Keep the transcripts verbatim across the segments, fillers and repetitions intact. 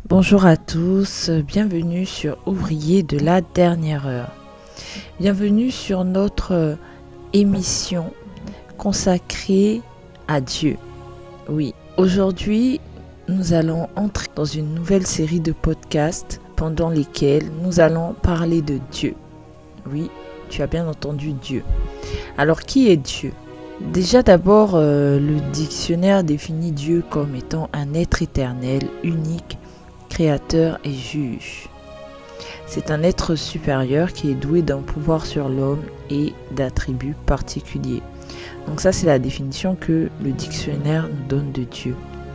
Bonjour à tous, bienvenue sur Ouvrier de la dernière heure. Bienvenue sur notre émission consacrée à Dieu. Oui, aujourd'hui, nous allons entrer dans une nouvelle série de podcasts pendant lesquels nous allons parler de Dieu. Oui, tu as bien entendu Dieu. Alors, qui est Dieu ? Déjà d'abord, euh, le dictionnaire définit Dieu comme étant un être éternel, unique, créateur et juge. C'est un être supérieur qui est doué d'un pouvoir sur l'homme et d'attributs particuliers. Donc ça, c'est la définition que le dictionnaire nous donne de Dieu.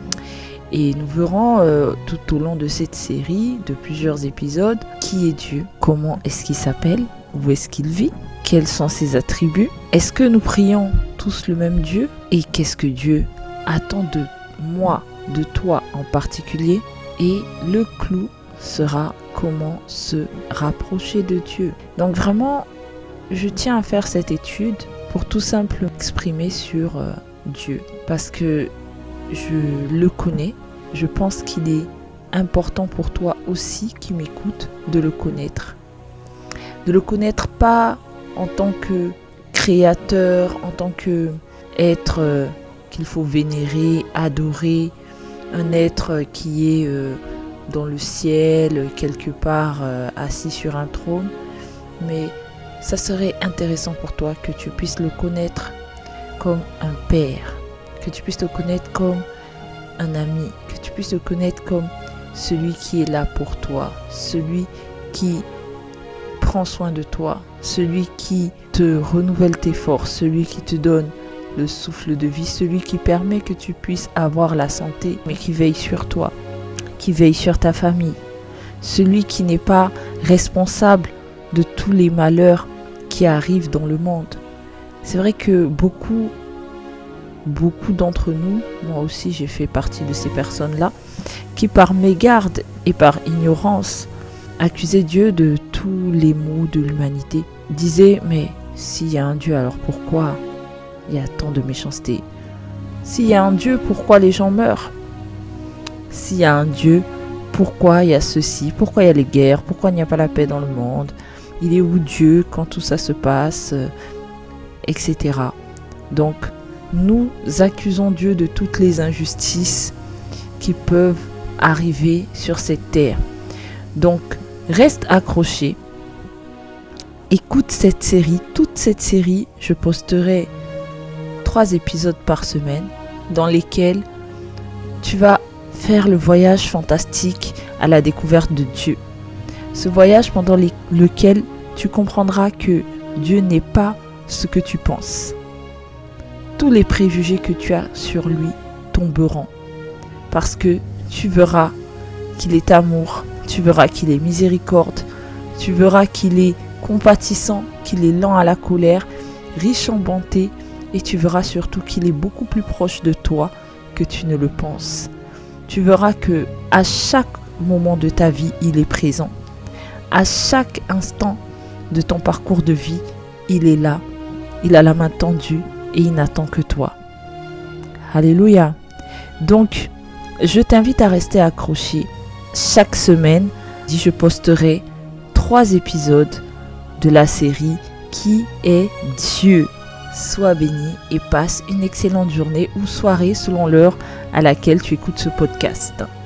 Et nous verrons euh, tout au long de cette série, de plusieurs épisodes, qui est Dieu, comment est-ce qu'il s'appelle, où est-ce qu'il vit, quels sont ses attributs, est-ce que nous prions tous le même Dieu et qu'est-ce que Dieu attend de moi, de toi en particulier. Et le clou sera comment se rapprocher de Dieu. Donc vraiment, je tiens à faire cette étude pour tout simplement exprimer sur euh, Dieu. Parce que je le connais, je pense qu'il est important pour toi aussi qui m'écoute de le connaître. De le connaître pas en tant que créateur, en tant que être euh, qu'il faut vénérer, adorer, un être qui est euh, dans le ciel, quelque part euh, assis sur un trône. Mais ça serait intéressant pour toi que tu puisses le connaître comme un père, que tu puisses le connaître comme un ami, que tu puisses le connaître comme celui qui est là pour toi, celui qui prend soin de toi, celui qui te renouvelle tes forces, celui qui te donne le souffle de vie, celui qui permet que tu puisses avoir la santé, mais qui veille sur toi, qui veille sur ta famille, celui qui n'est pas responsable de tous les malheurs qui arrivent dans le monde. C'est vrai que beaucoup, beaucoup d'entre nous, moi aussi j'ai fait partie de ces personnes-là, qui par mégarde et par ignorance accusaient Dieu de tous les maux de l'humanité, disaient mais s'il y a un Dieu, alors pourquoi il y a tant de méchanceté? S'il y a un Dieu, pourquoi les gens meurent? S'il y a un Dieu, pourquoi il y a ceci? Pourquoi il y a les guerres? Pourquoi il n'y a pas la paix dans le monde? Il est où Dieu quand tout ça se passe? Etc. Donc, nous accusons Dieu de toutes les injustices qui peuvent arriver sur cette terre. Donc, reste accroché. Écoute cette série, toute cette série, je posterai trois épisodes par semaine dans lesquels tu vas faire le voyage fantastique à la découverte de Dieu. Ce voyage pendant les, lequel tu comprendras que Dieu n'est pas ce que tu penses. Tous les préjugés que tu as sur lui tomberont parce que tu verras qu'il est amour, tu verras qu'il est miséricorde, tu verras qu'il est compatissant, qu'il est lent à la colère, riche en bonté, et tu verras surtout qu'il est beaucoup plus proche de toi que tu ne le penses. Tu verras que à chaque moment de ta vie, il est présent. À chaque instant de ton parcours de vie, il est là. Il a la main tendue et il n'attend que toi. Alléluia. Donc, je t'invite à rester accroché. Chaque semaine, je posterai trois épisodes de la série Qui est Dieu? Sois béni et passe une excellente journée ou soirée selon l'heure à laquelle tu écoutes ce podcast.